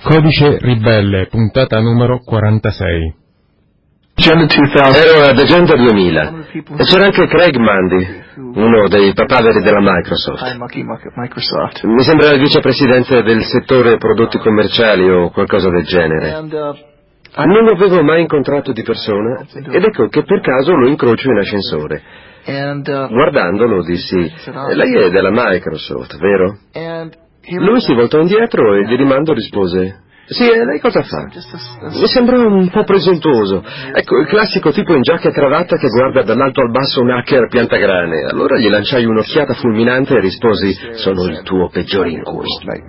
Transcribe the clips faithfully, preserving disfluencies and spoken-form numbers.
Codice Ribelle, puntata numero quarantasei. Ero ad Agenda duemila e c'era anche Craig Mundy, uno dei papaveri della Microsoft. Mi sembra il vicepresidente del settore prodotti commerciali o qualcosa del genere. Non lo avevo mai incontrato di persona ed ecco che per caso lo incrocio in ascensore. Guardandolo dissi: lei è della Microsoft, vero? Lui si voltò indietro e di rimando rispose: sì, e lei cosa fa? Mi sembra un po' presuntuoso. Ecco, il classico tipo in giacca e cravatta che guarda dall'alto al basso un hacker piantagrane. Allora gli lanciai un'occhiata fulminante e risposi: sono il tuo peggior incubo.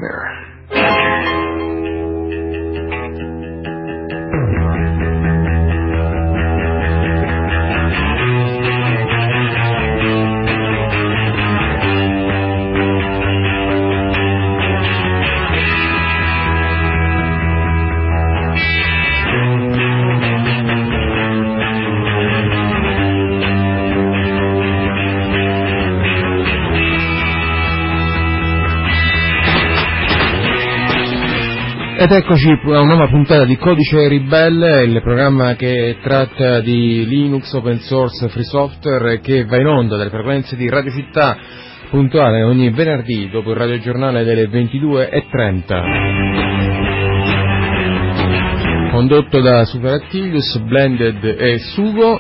Ed eccoci a una nuova puntata di Codice Ribelle, il programma che tratta di Linux, open source, free software, che va in onda dalle frequenze di Radio Città, puntuale ogni venerdì dopo il radiogiornale delle ventidue e trenta. Condotto da Super Attilius, Blended e Sugo.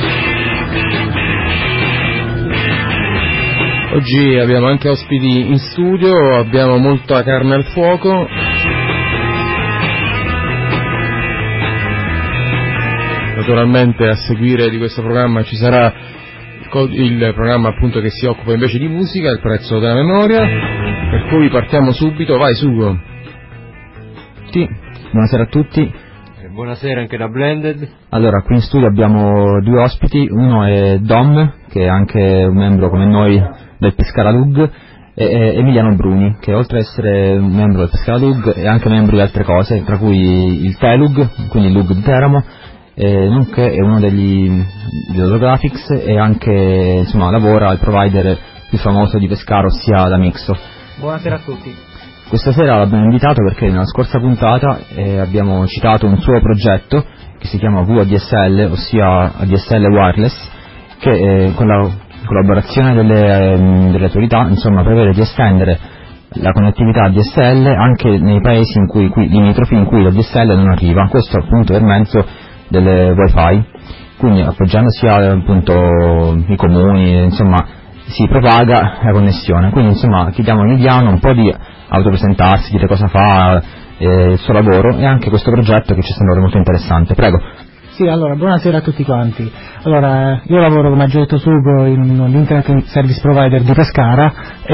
Oggi abbiamo anche ospiti in studio, abbiamo molta carne al fuoco. Naturalmente a seguire di questo programma ci sarà il programma appunto che si occupa invece di musica, il prezzo della memoria, per cui partiamo subito. Vai Sugo. Sì, buonasera a tutti. E buonasera anche da Blended. Allora, qui in studio abbiamo due ospiti, uno è Dom, che è anche un membro come noi del Pescara L U G, e Emiliano Bruni, che oltre ad essere un membro del Pescara L U G è anche membro di altre cose, tra cui il Telug, quindi il L U G di Teramo, Eh, nonché è uno degli di Holographics e anche insomma lavora al provider più famoso di Pescara, ossia la Mixo. Buonasera a tutti. Questa sera l'abbiamo invitato perché nella scorsa puntata eh, abbiamo citato un suo progetto che si chiama V A D S L, ossia A D S L Wireless, che eh, con la collaborazione delle, eh, delle autorità insomma prevede di estendere la connettività A D S L anche nei paesi in cui, qui, limitrofi in cui l'A D S L non arriva, questo appunto per mezzo delle wifi, quindi appoggiandosi appunto i comuni, insomma si propaga la connessione. Quindi insomma chiediamo a Emiliano un po' di autopresentarsi, dire cosa fa, eh, il suo lavoro e anche questo progetto che ci sembra molto interessante. Prego. Sì, allora, buonasera a tutti quanti. Allora, io lavoro come ha già detto Sugo in un internet service provider di Pescara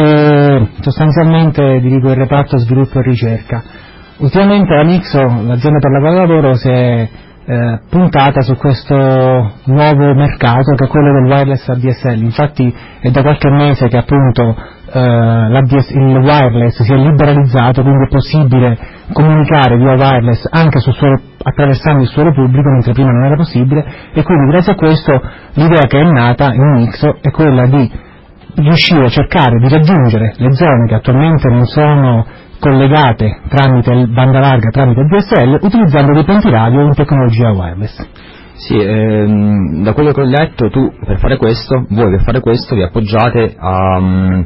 e sostanzialmente dirigo il reparto sviluppo e ricerca. Ultimamente la Mixo, l'azienda per la quale lavoro, si è Eh, puntata su questo nuovo mercato che è quello del wireless A D S L. Infatti è da qualche mese che appunto eh, il wireless si è liberalizzato, quindi è possibile comunicare via wireless anche sul suolo, attraversando il suolo pubblico, mentre prima non era possibile, e quindi grazie a questo l'idea che è nata in Mixo è quella di riuscire a cercare di raggiungere le zone che attualmente non sono collegate tramite banda larga, tramite A D S L, utilizzando dei ponti radio in tecnologia wireless. Sì, ehm, da quello che ho letto, tu per fare questo, voi per fare questo vi appoggiate a,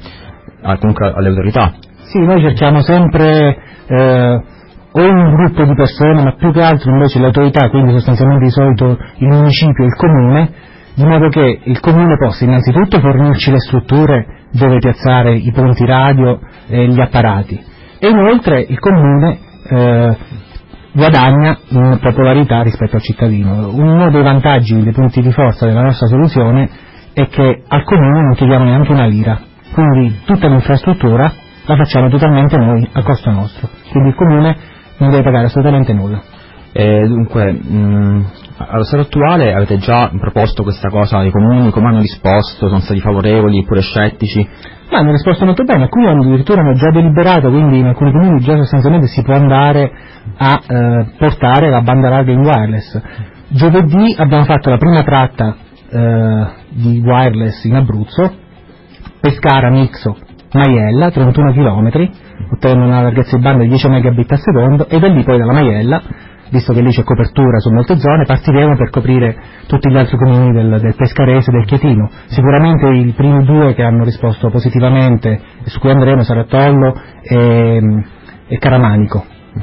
a, comunque alle autorità. Sì, noi cerchiamo sempre eh, o un gruppo di persone, ma più che altro invece le autorità, quindi sostanzialmente di solito il municipio e il comune, di modo che il comune possa innanzitutto fornirci le strutture dove piazzare i ponti radio e gli apparati. E inoltre il comune eh, guadagna in popolarità rispetto al cittadino. Uno dei vantaggi, dei punti di forza della nostra soluzione è che al comune non chiediamo neanche una lira, quindi tutta l'infrastruttura la facciamo totalmente noi a costo nostro, quindi il comune non deve pagare assolutamente nulla. E dunque, mh, allo stato attuale avete già proposto questa cosa ai comuni? Come hanno risposto? Sono stati favorevoli oppure scettici? Ma hanno risposto molto bene, alcuni addirittura hanno già deliberato, quindi in alcuni comuni già sostanzialmente si può andare a eh, portare la banda larga in wireless. Giovedì abbiamo fatto la prima tratta eh, di wireless in Abruzzo, Pescara, Mixo, Maiella, trentuno chilometri, ottenendo una larghezza di banda di dieci megabit al secondo, e da lì poi dalla Maiella, visto che lì c'è copertura su molte zone, partiremo per coprire tutti gli altri comuni del, del Pescarese e del Chietino. Sicuramente i primi due che hanno risposto positivamente e su cui andremo sarà Tollo e, e Caramanico.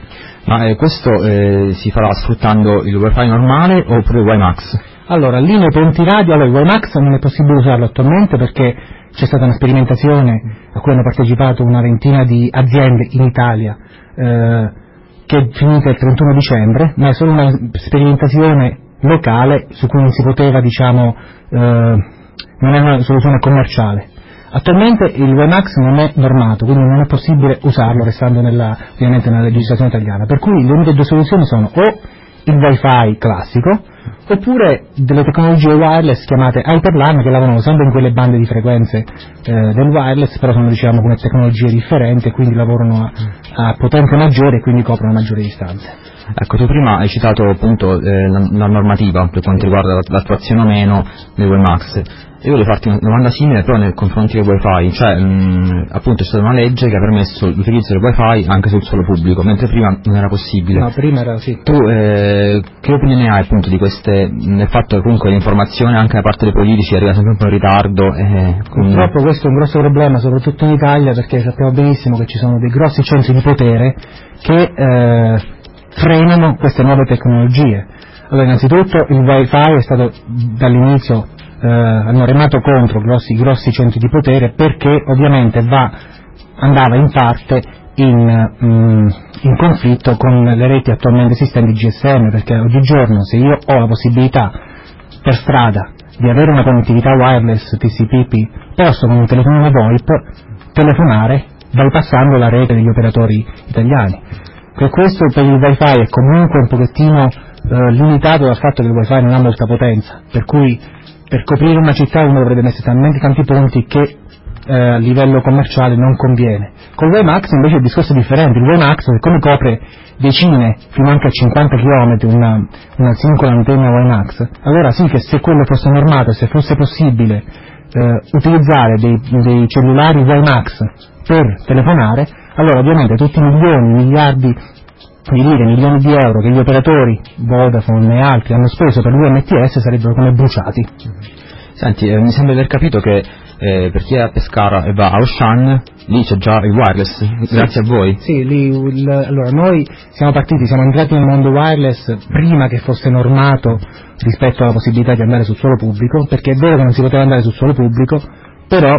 Ma eh, questo eh, si farà sfruttando il wifi normale oppure il WiMAX? Allora, lì nei ponti radio, allora il WiMAX non è possibile usarlo attualmente perché c'è stata una sperimentazione a cui hanno partecipato una ventina di aziende in Italia, eh, che è finita il trentuno dicembre, ma è solo una sperimentazione locale su cui non si poteva, diciamo, eh, non è una soluzione commerciale. Attualmente il WiMAX non è normato, quindi non è possibile usarlo restando nella, ovviamente nella legislazione italiana, per cui le uniche due soluzioni sono o il Wi-Fi classico oppure delle tecnologie wireless chiamate Hyperlan, che lavorano sempre in quelle bande di frequenze eh, del wireless, però sono, diciamo, con tecnologie differenti e quindi lavorano a, a potenza maggiore e quindi coprono maggiori distanze. Ecco, tu prima hai citato appunto eh, la, la normativa per quanto riguarda l'attuazione o meno del WiMAX. Io voglio farti una domanda simile però nei confronti del wifi, cioè mh, appunto c'è stata una legge che ha permesso l'utilizzo del wifi anche sul suolo pubblico, mentre prima non era possibile. No, prima era sì. Tu eh, che opinione hai appunto di queste, nel fatto che comunque l'informazione anche da parte dei politici arriva sempre un po' in ritardo? Eh, quindi... Purtroppo questo è un grosso problema soprattutto in Italia, perché sappiamo benissimo che ci sono dei grossi centri di potere che eh, frenano queste nuove tecnologie. Allora, innanzitutto il wifi è stato dall'inizio Eh, hanno remato contro grossi, grossi centri di potere perché ovviamente va, andava in parte in, mm, in conflitto con le reti attualmente esistenti G S M, perché oggigiorno se io ho la possibilità per strada di avere una connettività wireless T C P P, posso con un telefonino VoIP telefonare bypassando la rete degli operatori italiani. Per questo per il wifi è comunque un pochettino eh, limitato dal fatto che il wifi non ha molta potenza, per cui per coprire una città uno dovrebbe mettere talmente tanti ponti che eh, a livello commerciale non conviene. Con il WiMAX invece il discorso è differente. Il WiMAX, siccome copre decine fino anche a cinquanta chilometri una, una singola antenna WiMAX, allora sì che se quello fosse normato, se fosse possibile eh, utilizzare dei, dei cellulari WiMAX per telefonare, allora ovviamente tutti i milioni, miliardi di lire, milioni di euro che gli operatori Vodafone e altri hanno speso per l'U M T S sarebbero come bruciati. Senti, eh, mi sembra di aver capito che eh, per chi è a Pescara e va a Auchan, lì c'è già il wireless, sì, grazie a voi. Sì, lì, il, allora noi siamo partiti, siamo entrati nel mondo wireless prima che fosse normato rispetto alla possibilità di andare sul suolo pubblico, perché è vero che non si poteva andare sul suolo pubblico, però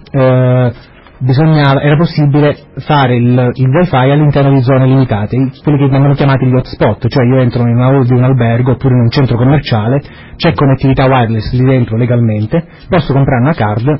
eh, bisognava, era possibile fare il, il wifi all'interno di zone limitate, quelli che vengono chiamati gli hotspot, cioè io entro in una hall di un albergo oppure in un centro commerciale, c'è connettività wireless lì dentro legalmente, posso comprare una card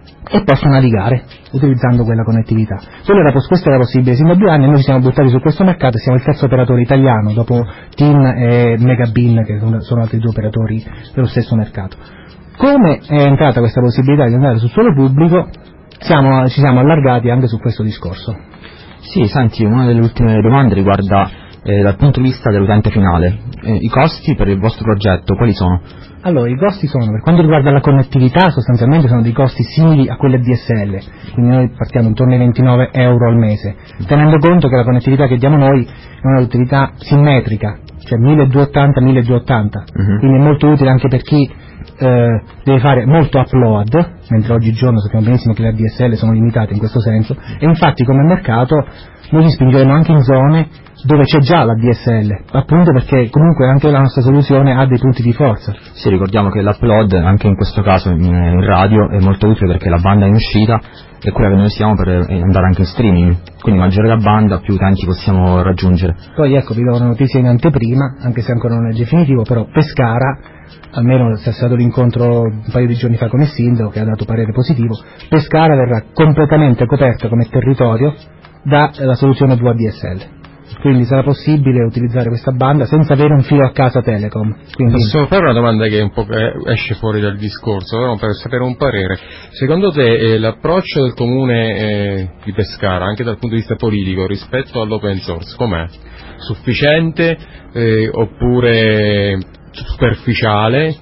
e posso navigare utilizzando quella connettività. Era, questo era possibile sin da due anni e noi ci siamo buttati su questo mercato e siamo il terzo operatore italiano dopo TIM e Megabin, che sono altri due operatori dello stesso mercato. Come è entrata questa possibilità di andare sul suolo pubblico? Siamo, ci siamo allargati anche su questo discorso. Sì, senti, una delle ultime domande riguarda eh, dal punto di vista dell'utente finale. Eh, I costi per il vostro progetto quali sono? Allora, i costi sono, per quanto riguarda la connettività, sostanzialmente sono dei costi simili a quelli D S L, quindi noi partiamo intorno ai ventinove euro al mese, tenendo conto che la connettività che diamo noi è una connettività simmetrica, cioè milleduecentottanta milleduecentottanta, uh-huh. Quindi è molto utile anche per chi eh, deve fare molto upload, mentre oggigiorno sappiamo benissimo che le A D S L sono limitate in questo senso, e infatti come mercato noi ci spingeremo anche in zone dove c'è già la D S L, appunto perché comunque anche la nostra soluzione ha dei punti di forza. Sì, ricordiamo che l'upload anche in questo caso in, in radio è molto utile perché la banda in uscita è quella che noi usiamo per andare anche in streaming, quindi maggiore la banda più utenti possiamo raggiungere. Poi ecco, vi do una notizia in anteprima, anche se ancora non è definitivo, però Pescara, almeno c'è stato l'incontro un paio di giorni fa con il sindaco che ha dato parere positivo, Pescara verrà completamente coperta come territorio dalla soluzione due A D S L. Quindi sarà possibile utilizzare questa banda senza avere un filo a casa Telecom. Quindi... Posso fare una domanda che un po' esce fuori dal discorso, però per sapere un parere. Secondo te eh, l'approccio del comune eh, di Pescara, anche dal punto di vista politico, rispetto all'open source, com'è? Sufficiente eh, oppure superficiale?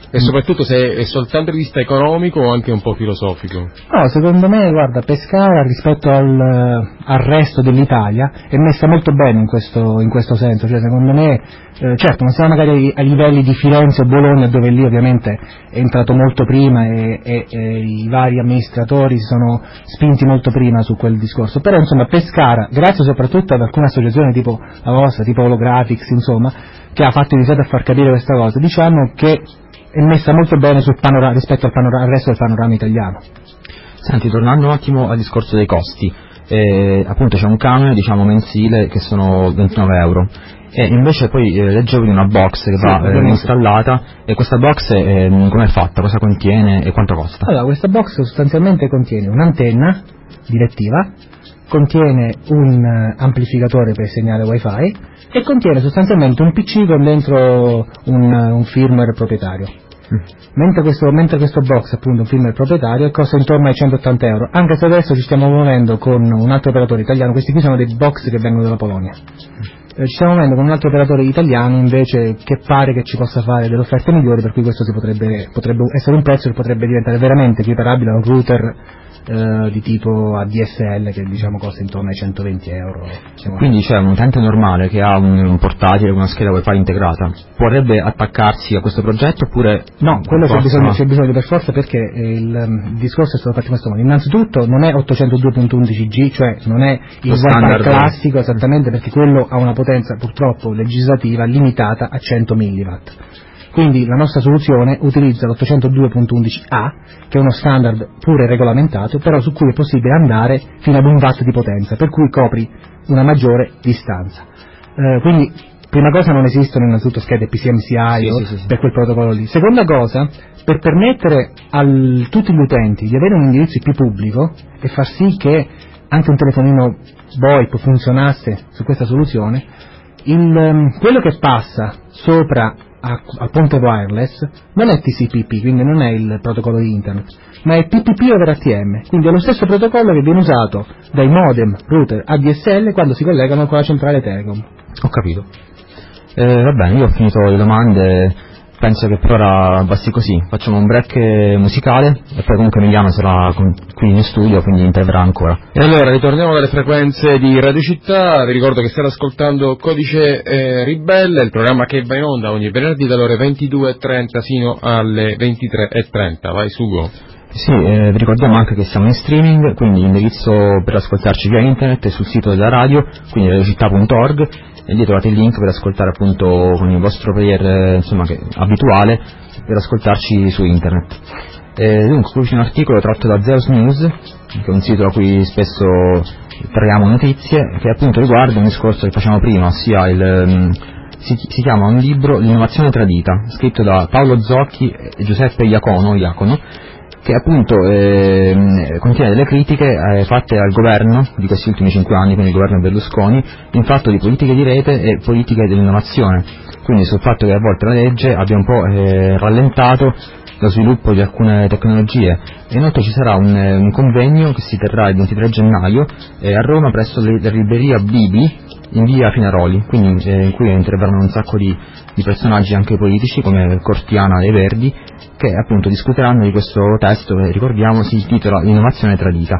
E soprattutto se è soltanto di vista economico o anche un po' filosofico? No, secondo me, guarda, Pescara rispetto al, al resto dell'Italia è messa molto bene in questo, in questo senso, cioè secondo me, eh, certo non siamo magari ai livelli di Firenze o Bologna, dove lì ovviamente è entrato molto prima e, e, e i vari amministratori si sono spinti molto prima su quel discorso, però insomma Pescara, grazie soprattutto ad alcune associazioni tipo la vostra, tipo Holographics, insomma, che ha fatto iniziato a far capire questa cosa, diciamo che è messa molto bene sul panorama, rispetto al, panorama, al resto del panorama italiano. Senti, tornando un attimo al discorso dei costi, eh, appunto c'è un canone, diciamo, mensile che sono ventinove euro, e invece poi eh, leggevo di una box che sì, va eh, installata, e questa box eh, come è fatta, cosa contiene e quanto costa? Allora, questa box sostanzialmente contiene un'antenna direttiva, contiene un uh, amplificatore per segnale wifi e contiene sostanzialmente un P C con dentro un, uh, un firmware proprietario. Mm. Mentre, questo, mentre questo box, appunto, un firmware proprietario, costa intorno ai centottanta euro, anche se adesso ci stiamo muovendo con un altro operatore italiano. Questi qui sono dei box che vengono dalla Polonia. Mm. Eh, ci stiamo muovendo con un altro operatore italiano invece che pare che ci possa fare delle offerte migliori, per cui questo si potrebbe, potrebbe essere un prezzo che potrebbe diventare veramente equiparabile a un router Uh, di tipo A D S L che diciamo costa intorno ai centoventi euro. Quindi c'è un utente normale che ha un, un portatile con una scheda wifi integrata, potrebbe attaccarsi a questo progetto oppure no? Quello c'è bisogno, c'è bisogno per forza, perché il, il discorso è stato fatto in questo modo. Innanzitutto non è ottocentodue punto undici G, cioè non è il wifi classico, esattamente, perché quello ha una potenza purtroppo legislativa limitata a cento milliwatt. Quindi la nostra soluzione utilizza l'ottocentodue punto undici A, che è uno standard pure regolamentato, però su cui è possibile andare fino ad un watt di potenza, per cui copri una maggiore distanza. Eh, quindi, prima cosa, non esistono innanzitutto schede P C M C I sì, o sì, sì, sì. per quel protocollo lì. Seconda cosa, per permettere a tutti gli utenti di avere un indirizzo I P pubblico e far sì che anche un telefonino VoIP funzionasse su questa soluzione, il, quello che passa sopra A, al ponte wireless non è T C P P, quindi non è il protocollo di internet, ma è P P P over A T M, quindi è lo stesso protocollo che viene usato dai modem router A D S L quando si collegano con la centrale Telecom. Ho capito. Eh, va bene, io ho finito le domande, penso che per ora basti così. Facciamo un break musicale e poi comunque Emiliano sarà qui in studio, quindi interverrà ancora. E allora ritorniamo dalle frequenze di Radio Città. Vi ricordo che state ascoltando Codice eh, Ribelle, il programma che va in onda ogni venerdì dalle ore ventidue e trenta sino alle ventitré e trenta. Vai Sugo. Sì, eh, vi ricordiamo anche che siamo in streaming, quindi l'indirizzo per ascoltarci via internet è sul sito della radio, quindi radiocittà punto org, e lì trovate il link per ascoltare appunto con il vostro player eh, insomma, che, abituale, per ascoltarci su internet. Eh, dunque, qui c'è un articolo tratto da Zeus News, che è un sito da cui spesso traiamo notizie, che appunto riguarda un discorso che facciamo prima, ossia il... Um, si, si chiama un libro L'innovazione tradita, scritto da Paolo Zocchi e Giuseppe Iacono, Iacono che appunto eh, contiene delle critiche eh, fatte al governo di questi ultimi cinque anni, quindi il governo Berlusconi, in fatto di politiche di rete e politiche dell'innovazione, quindi sul fatto che a volte la legge abbia un po' eh, rallentato lo sviluppo di alcune tecnologie. E inoltre ci sarà un, un convegno che si terrà il ventitré gennaio eh, a Roma presso la libreria Bibi in via Finaroli, quindi eh, in cui interverranno un sacco di, di personaggi anche politici come Cortiana dei Verdi, che appunto discuteranno di questo testo che, ricordiamo, si intitola L'innovazione tradita.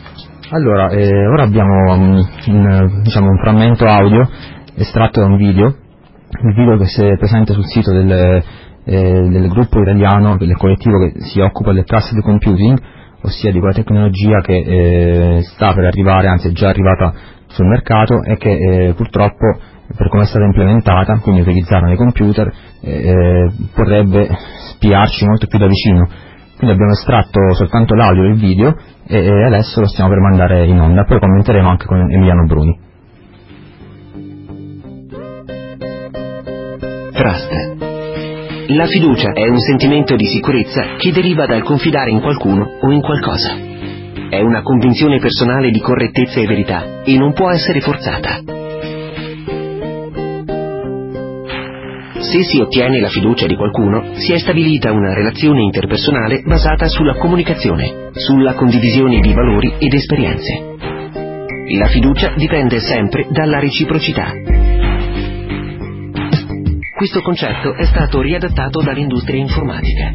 Allora, eh, ora abbiamo um, un, diciamo, un frammento audio estratto da un video, il video che si è presente sul sito del, eh, del gruppo italiano, del collettivo che si occupa del cluster computing, ossia di quella tecnologia che eh, sta per arrivare, anzi è già arrivata sul mercato e che eh, purtroppo, per come è stata implementata, quindi utilizzata nei computer, eh, potrebbe spiarci molto più da vicino. Quindi abbiamo estratto soltanto l'audio del video e, e adesso lo stiamo per mandare in onda, poi commenteremo anche con Emiliano Bruni. Trust. La fiducia è un sentimento di sicurezza che deriva dal confidare in qualcuno o in qualcosa. È una convinzione personale di correttezza e verità e non può essere forzata. Se si ottiene la fiducia di qualcuno, si è stabilita una relazione interpersonale basata sulla comunicazione, sulla condivisione di valori ed esperienze. La fiducia dipende sempre dalla reciprocità. questo concetto è stato riadattato dall'industria informatica.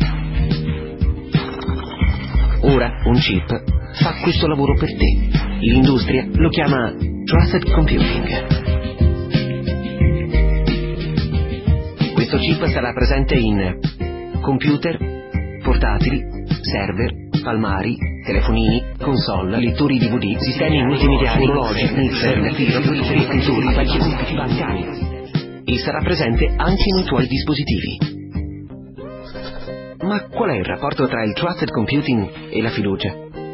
Ora un chip fa questo lavoro per te. L'industria lo chiama Trusted Computing. Questo chip sarà presente in computer, portatili, server, palmari, telefonini, console, lettori D V D, sistemi multimediali, orologi, mixer, frigoriferi, scrittori, bancari. E sarà presente anche nei tuoi dispositivi. Ma qual è il rapporto tra il Trusted Computing e la fiducia?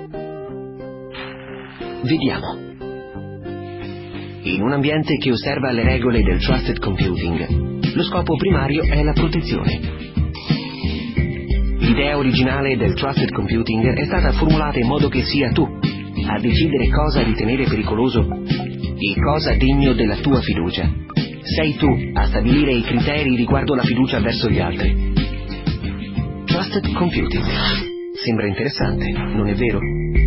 Vediamo. In un ambiente che osserva le regole del Trusted Computing, lo scopo primario è la protezione. L'idea originale del Trusted Computing è stata formulata in modo che sia tu a decidere cosa ritenere pericoloso e cosa degno della tua fiducia. Sei tu a stabilire i criteri riguardo la fiducia verso gli altri. Trusted Computing. Sembra interessante, non è vero?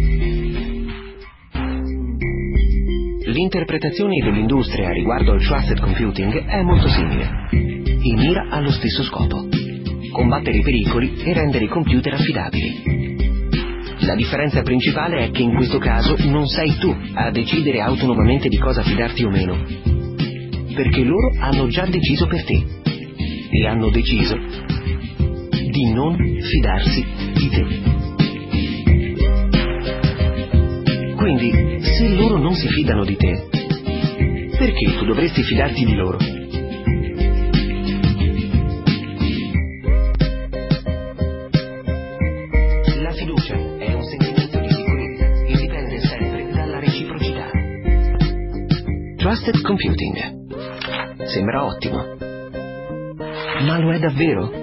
L'interpretazione dell'industria riguardo al Trusted Computing è molto simile e mira allo stesso scopo: combattere i pericoli e rendere i computer affidabili. La differenza principale è che in questo caso non sei tu a decidere autonomamente di cosa fidarti o meno, perché loro hanno già deciso per te e hanno deciso di non fidarsi di te. Quindi, se loro non si fidano di te, perché tu dovresti fidarti di loro? La fiducia è un sentimento di sicurezza e dipende sempre dalla reciprocità. Trusted Computing. Sembra ottimo. Ma lo è davvero?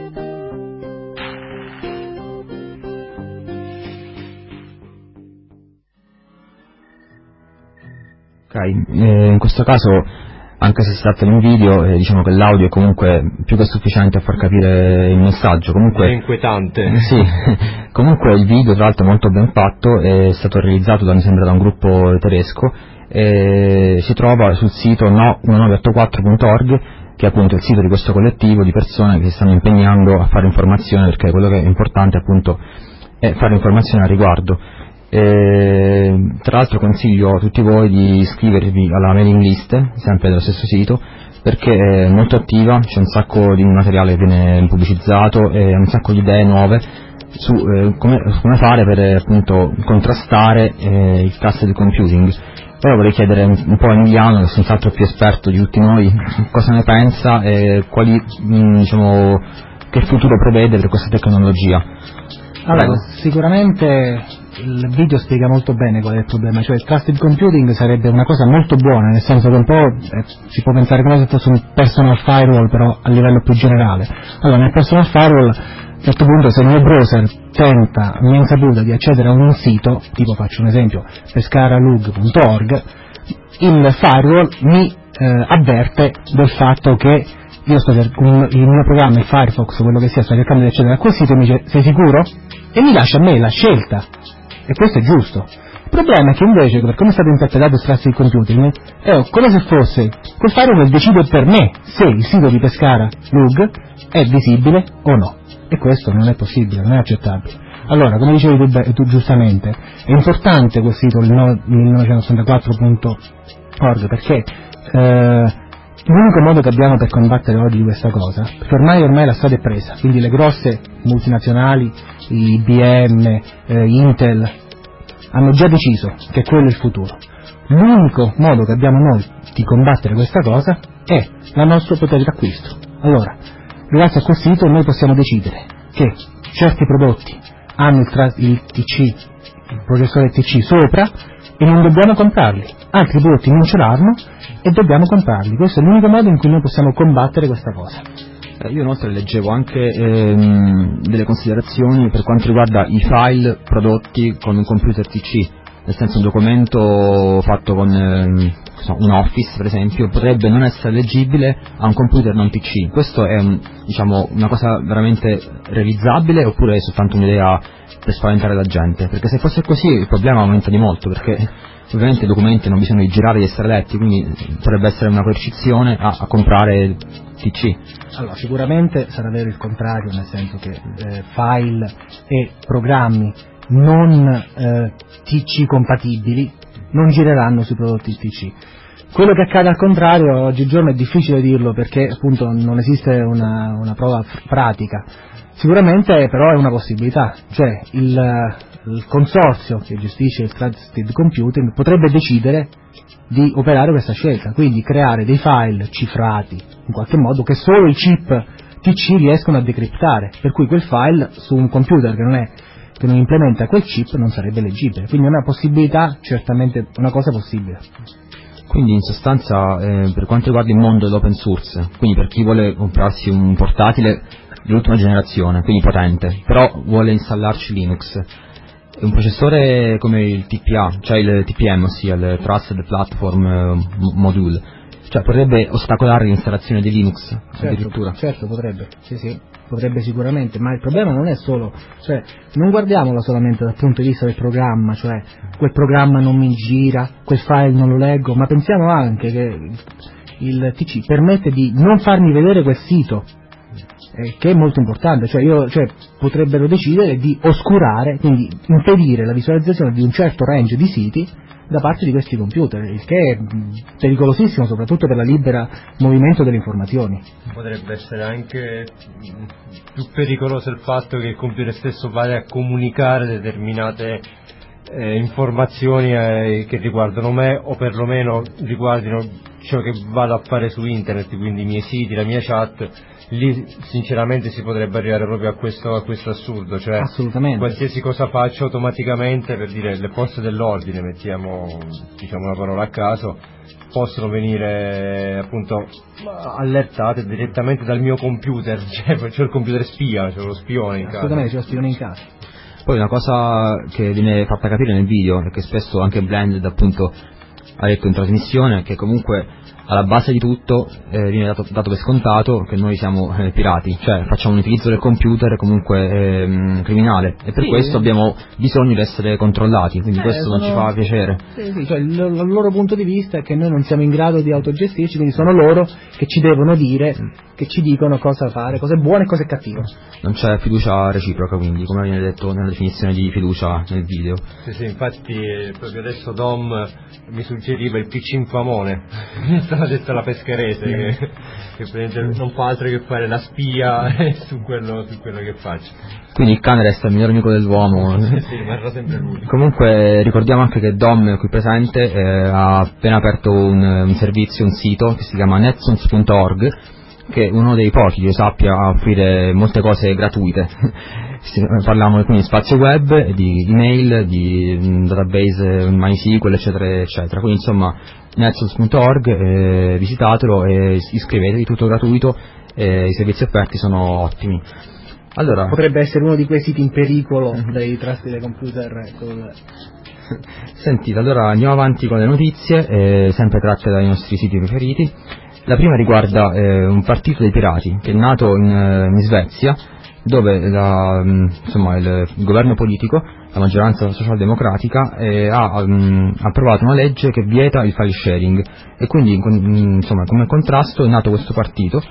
Ok, eh, in questo caso, anche se si tratta di un video, eh, diciamo che l'audio è comunque più che sufficiente a far capire il messaggio. Comunque è inquietante. Sì, comunque il video tra l'altro è molto ben fatto, è stato realizzato da, mi sembra, da un gruppo tedesco, e si trova sul sito no uno nove otto quattro punto org, che è appunto il sito di questo collettivo di persone che si stanno impegnando a fare informazione, perché quello che è importante appunto è fare informazione al riguardo. E, tra l'altro consiglio a tutti voi di iscrivervi alla mailing list, sempre dello stesso sito, perché è molto attiva, c'è un sacco di materiale che viene pubblicizzato e un sacco di idee nuove su eh, come, come fare per appunto contrastare eh, il trusted computing. Ora vorrei chiedere un, un po' a Emiliano, che è senz'altro più esperto di tutti noi, cosa ne pensa e quali, mh, diciamo, che futuro prevede per questa tecnologia. Allora, Prego. Sicuramente il video spiega molto bene qual è il problema, cioè il trusted computing sarebbe una cosa molto buona, nel senso che un po' eh, si può pensare come se fosse un personal firewall, però a livello più generale. Allora, nel personal firewall, a un certo punto, se il mio browser tenta a mia insaputa di accedere a un sito, tipo, faccio un esempio, pescaralug punto org, il firewall mi eh, avverte del fatto che io sto cercando, il mio programma, il Firefox, quello che sia, sta cercando di accedere a quel sito e mi dice: sei sicuro? E mi lascia a me la scelta, e questo è giusto. Il problema è che invece, per come è stato interpretato il trusted computing, è come se fosse quel firewall decide per me se il sito di Pescara Lug è visibile o no, e questo non è possibile, non è accettabile. Allora, come dicevi tu, beh, tu giustamente, è importante quel sito, il millenovecentosessantaquattro punto org, perché eh, l'unico modo che abbiamo per combattere oggi questa cosa, perché ormai, ormai la strada è presa, quindi le grosse multinazionali, I B M, eh, Intel, hanno già deciso che quello è il futuro. L'unico modo che abbiamo noi di combattere questa cosa è il nostro potere d'acquisto. Allora, grazie a quel sito noi possiamo decidere che certi prodotti hanno il, tra- il T C, il processore T C sopra, e non dobbiamo comprarli, altri prodotti non ce l'hanno e dobbiamo comprarli. Questo è l'unico modo in cui noi possiamo combattere questa cosa. Eh, io inoltre leggevo anche ehm, delle considerazioni per quanto riguarda i file prodotti con un computer T C, nel senso un documento fatto con ehm, so, un Office per esempio potrebbe non essere leggibile a un computer non T C. Questo è un, diciamo, una cosa veramente realizzabile, oppure è soltanto un'idea per spaventare la gente? Perché se fosse così il problema aumenta di molto, perché ovviamente i documenti non bisogna di girare e di essere letti, quindi potrebbe essere una coercizione a, a comprare T C. Allora, sicuramente sarà vero il contrario, nel senso che eh, file e programmi non eh, T C compatibili non gireranno sui prodotti T C. Quello che accade al contrario oggigiorno è difficile dirlo, perché appunto non esiste una, una prova f- pratica. Sicuramente però è una possibilità, cioè il, il consorzio che gestisce il Trusted Computing potrebbe decidere di operare questa scelta, quindi creare dei file cifrati in qualche modo che solo i chip T C riescono a decriptare, per cui quel file su un computer che non è che non implementa quel chip non sarebbe leggibile, quindi è una possibilità, certamente una cosa possibile. Quindi in sostanza eh, per quanto riguarda il mondo dell'open source, quindi per chi vuole comprarsi un portatile dell'ultima generazione, quindi potente, però vuole installarci Linux, un processore come il T P A, cioè il T P M, ossia il Trusted Platform eh, Module, cioè potrebbe ostacolare l'installazione di Linux, certo, addirittura. Certo, potrebbe, sì sì, potrebbe sicuramente, ma il problema non è solo, cioè non guardiamolo solamente dal punto di vista del programma, cioè quel programma non mi gira, quel file non lo leggo, ma pensiamo anche che il T C permette di non farmi vedere quel sito, eh, che è molto importante, cioè, io, cioè potrebbero decidere di oscurare, quindi impedire la visualizzazione di un certo range di siti da parte di questi computer, il che è pericolosissimo soprattutto per la libera movimento delle informazioni. Potrebbe essere anche più pericoloso il fatto che il computer stesso vada a comunicare determinate eh, informazioni eh, che riguardano me, o perlomeno riguardino ciò che vado a fare su internet, quindi i miei siti, la mia chat. Lì sinceramente si potrebbe arrivare proprio a questo, a questo assurdo, cioè assolutamente, qualsiasi cosa faccio automaticamente, per dire le forze dell'ordine, mettiamo diciamo una parola a caso, possono venire appunto allertate direttamente dal mio computer, cioè c'ho il computer spia, c'ho lo spione in casa. Assolutamente, c'è lo spione in casa. Poi una cosa che viene fatta capire nel video, e che spesso anche Blended appunto ha detto in trasmissione, è che comunque alla base di tutto eh, viene dato, dato per scontato che noi siamo eh, pirati, cioè facciamo un utilizzo del computer comunque eh, criminale, e per sì, questo abbiamo bisogno di essere controllati, quindi eh, questo sono... non ci fa piacere. Sì, sì, cioè il, il loro punto di vista è che noi non siamo in grado di autogestirci, quindi sono loro che ci devono dire, che ci dicono cosa fare, cosa è buono e cosa è cattivo. Non c'è fiducia reciproca, quindi, come viene detto nella definizione di fiducia nel video. Sì, sì, infatti proprio adesso Dom mi suggeriva il P C infamone, ha detto la Pescarese, che, che non fa altro che fare la spia su quello, su quello che faccio. Quindi il cane resta il miglior amico dell'uomo. Sì, sì, rimarrà sempre lui. Comunque ricordiamo anche che Dom, qui presente, eh, ha appena aperto un, un servizio, un sito che si chiama netsons punto org, che è uno dei pochi che sappia offrire molte cose gratuite. Parliamo quindi di spazio web, di email, di database MySQL, eccetera, eccetera. Quindi insomma netsons punto org, eh, visitatelo e iscrivetevi, tutto gratuito, eh, i servizi offerti sono ottimi. Allora, potrebbe essere uno di quei siti in pericolo dei trusted dei computer. Col... Sentite, allora andiamo avanti con le notizie, eh, sempre tratte dai nostri siti preferiti. La prima riguarda eh, un partito dei pirati che è nato in, in Svezia, dove la, insomma, il, il governo politico, la maggioranza socialdemocratica, eh, ha um, approvato una legge che vieta il file sharing, e quindi insomma, come contrasto è nato questo partito,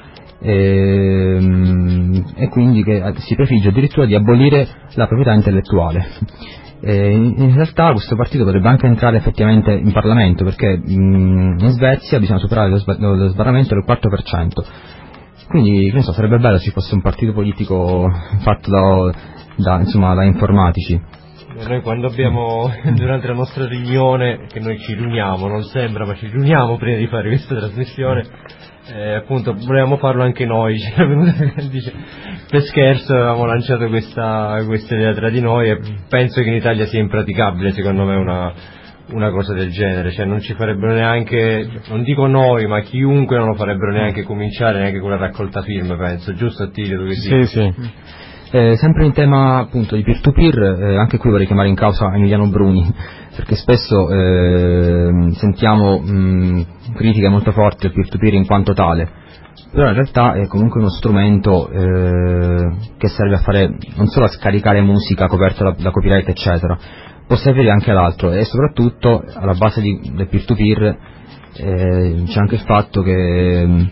e, e quindi che si prefigge addirittura di abolire la proprietà intellettuale. E in realtà questo partito dovrebbe anche entrare effettivamente in Parlamento, perché in Svezia bisogna superare lo, sba- lo sbarramento del quattro per cento. Quindi, che ne so, sarebbe bello se ci fosse un partito politico fatto da, da, insomma, da informatici. Noi quando abbiamo, durante la nostra riunione, che noi ci riuniamo, non sembra, ma ci riuniamo prima di fare questa trasmissione, eh, appunto volevamo farlo anche noi, c'era venuta, dice, per scherzo avevamo lanciato questa, questa idea tra di noi, e penso che in Italia sia impraticabile secondo me una, una cosa del genere, cioè non ci farebbero neanche, non dico noi, ma chiunque non lo farebbero neanche cominciare, neanche con la raccolta firme, penso, giusto Attilio? Tu che sì, sì. Eh, sempre in tema appunto di peer-to-peer, eh, anche qui vorrei chiamare in causa Emiliano Bruni, perché spesso eh, sentiamo mh, critiche molto forti al peer-to-peer in quanto tale, però in realtà è comunque uno strumento eh, che serve a fare, non solo a scaricare musica coperta da, da copyright eccetera, può servire anche ad altro, e soprattutto alla base di, del peer-to-peer eh, c'è anche il fatto che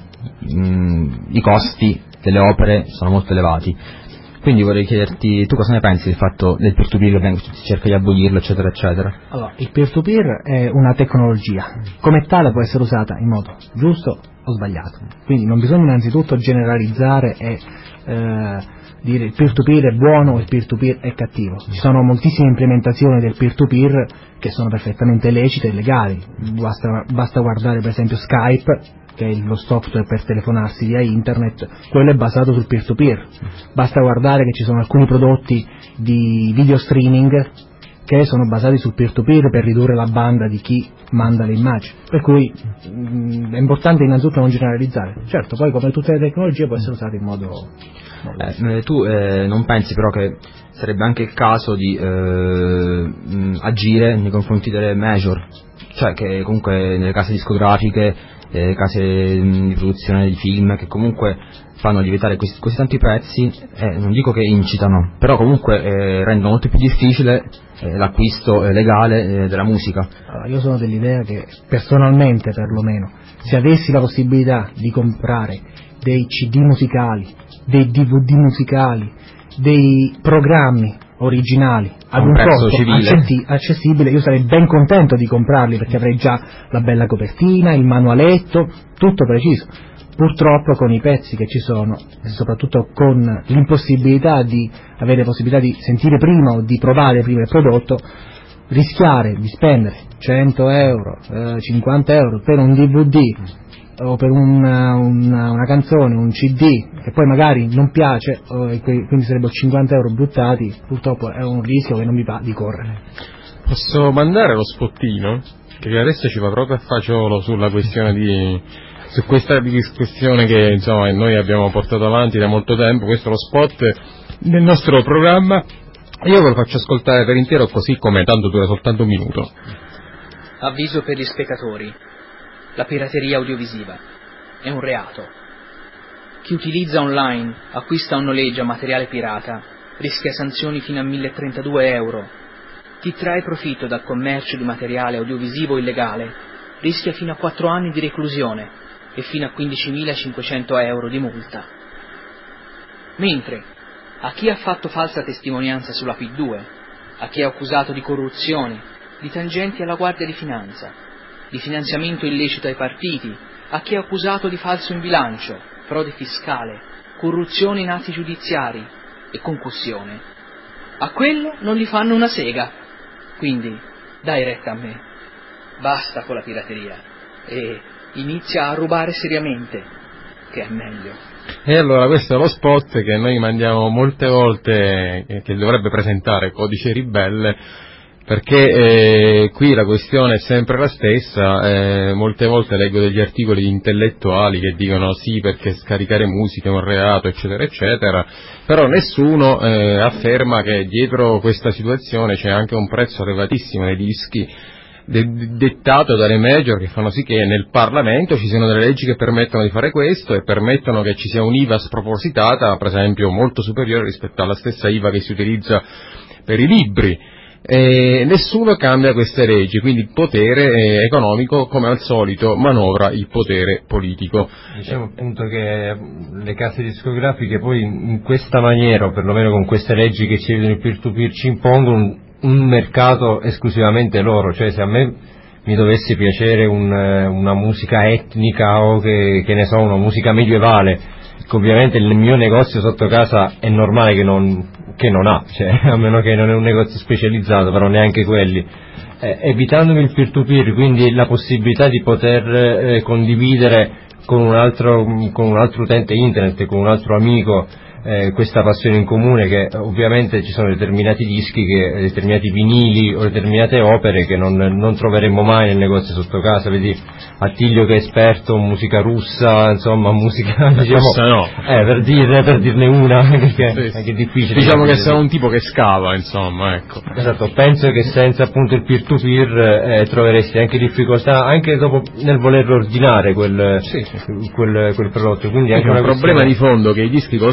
mh, i costi delle opere sono molto elevati. Quindi vorrei chiederti, tu cosa ne pensi del fatto del peer-to-peer, che si cerca di abolirlo, eccetera, eccetera? Allora, il peer-to-peer è una tecnologia, come tale può essere usata in modo giusto o sbagliato. Quindi non bisogna innanzitutto generalizzare e eh, dire il peer-to-peer è buono o il peer-to-peer è cattivo. Ci sono moltissime implementazioni del peer-to-peer che sono perfettamente lecite e legali. Basta, basta guardare per esempio Skype, che è lo software per telefonarsi via internet, quello è basato sul peer-to-peer. Basta guardare che ci sono alcuni prodotti di video streaming che sono basati sul peer-to-peer per ridurre la banda di chi manda le immagini. Per cui mh, è importante innanzitutto non generalizzare. Certo, poi come tutte le tecnologie può essere usata in modo... Eh, tu eh, non pensi però che sarebbe anche il caso di eh, mh, agire nei confronti delle major? Cioè che comunque nelle case discografiche, eh, case mh, di produzione di film, che comunque fanno lievitare questi, questi tanti prezzi, eh, non dico che incitano, però comunque eh, rendono molto più difficile eh, l'acquisto eh, legale eh, della musica. Allora, io sono dell'idea che personalmente perlomeno, se avessi la possibilità di comprare dei C D musicali, dei D V D musicali, dei programmi originali ad un, un costo accetti, accessibile, io sarei ben contento di comprarli perché avrei già la bella copertina, il manualetto, tutto preciso. Purtroppo con i pezzi che ci sono e soprattutto con l'impossibilità di avere possibilità di sentire prima o di provare prima il prodotto, rischiare di spendere cento euro, eh, cinquanta euro per un D V D o per una, una, una canzone, un C D che poi magari non piace e quindi sarebbero cinquanta euro buttati, purtroppo è un rischio che non mi va di correre. Posso mandare lo spottino? Che adesso ci va proprio a fagiolo sulla questione di su questa discussione che insomma noi abbiamo portato avanti da molto tempo. Questo è lo spot del nostro programma, io ve lo faccio ascoltare per intero così come tanto dura soltanto un minuto. Avviso per gli spettatori: la pirateria audiovisiva è un reato. Chi utilizza online, acquista o noleggia materiale pirata rischia sanzioni fino a milletrentadue euro. Chi trae profitto dal commercio di materiale audiovisivo illegale rischia fino a quattro anni di reclusione e fino a quindicimilacinquecento euro di multa. Mentre a chi ha fatto falsa testimonianza sulla P due, a chi è accusato di corruzione, di tangenti alla Guardia di Finanza, di finanziamento illecito ai partiti, a chi è accusato di falso in bilancio, frode fiscale, corruzione in atti giudiziari e concussione, a quello non gli fanno una sega. Quindi dai retta a me, basta con la pirateria e inizia a rubare seriamente, che è meglio. E allora questo è lo spot che noi mandiamo molte volte, che dovrebbe presentare Codice Ribelle, perché eh, qui la questione è sempre la stessa. Eh, molte volte leggo degli articoli di intellettuali che dicono sì perché scaricare musica è un reato eccetera eccetera, però nessuno eh, afferma che dietro questa situazione c'è anche un prezzo elevatissimo dei dischi de- dettato dalle major, che fanno sì che nel Parlamento ci siano delle leggi che permettono di fare questo e permettono che ci sia un'I V A spropositata, per esempio molto superiore rispetto alla stessa I V A che si utilizza per i libri. E nessuno cambia queste leggi, quindi il potere eh, economico come al solito manovra il potere politico. Diciamo appunto che le case discografiche poi in questa maniera, o perlomeno con queste leggi che ci vedono il peer-to-peer, ci impongono un, un mercato esclusivamente loro. Cioè se a me mi dovesse piacere un, una musica etnica o che, che ne so, una musica medievale, che ovviamente il mio negozio sotto casa è normale che non, che non ha, cioè, a meno che non è un negozio specializzato, però neanche quelli, eh, evitandomi il peer-to-peer, quindi la possibilità di poter eh, condividere con un altro con un altro utente internet, con un altro amico, eh, questa passione in comune, che ovviamente ci sono determinati dischi, che, determinati vinili o determinate opere che non, non troveremmo mai nel negozio sotto casa. Vedi Attilio che è esperto in musica russa, insomma musica diciamo, russa no, eh, per, dirne, per dirne una perché sì, sì. È, che è difficile, diciamo che sei un tipo che scava, insomma, ecco. Esatto, penso che senza appunto il peer-to-peer eh, troveresti anche difficoltà anche dopo nel voler ordinare quel, sì, sì. quel, quel prodotto, quindi anche un problema di fondo che i dischi costano troppo.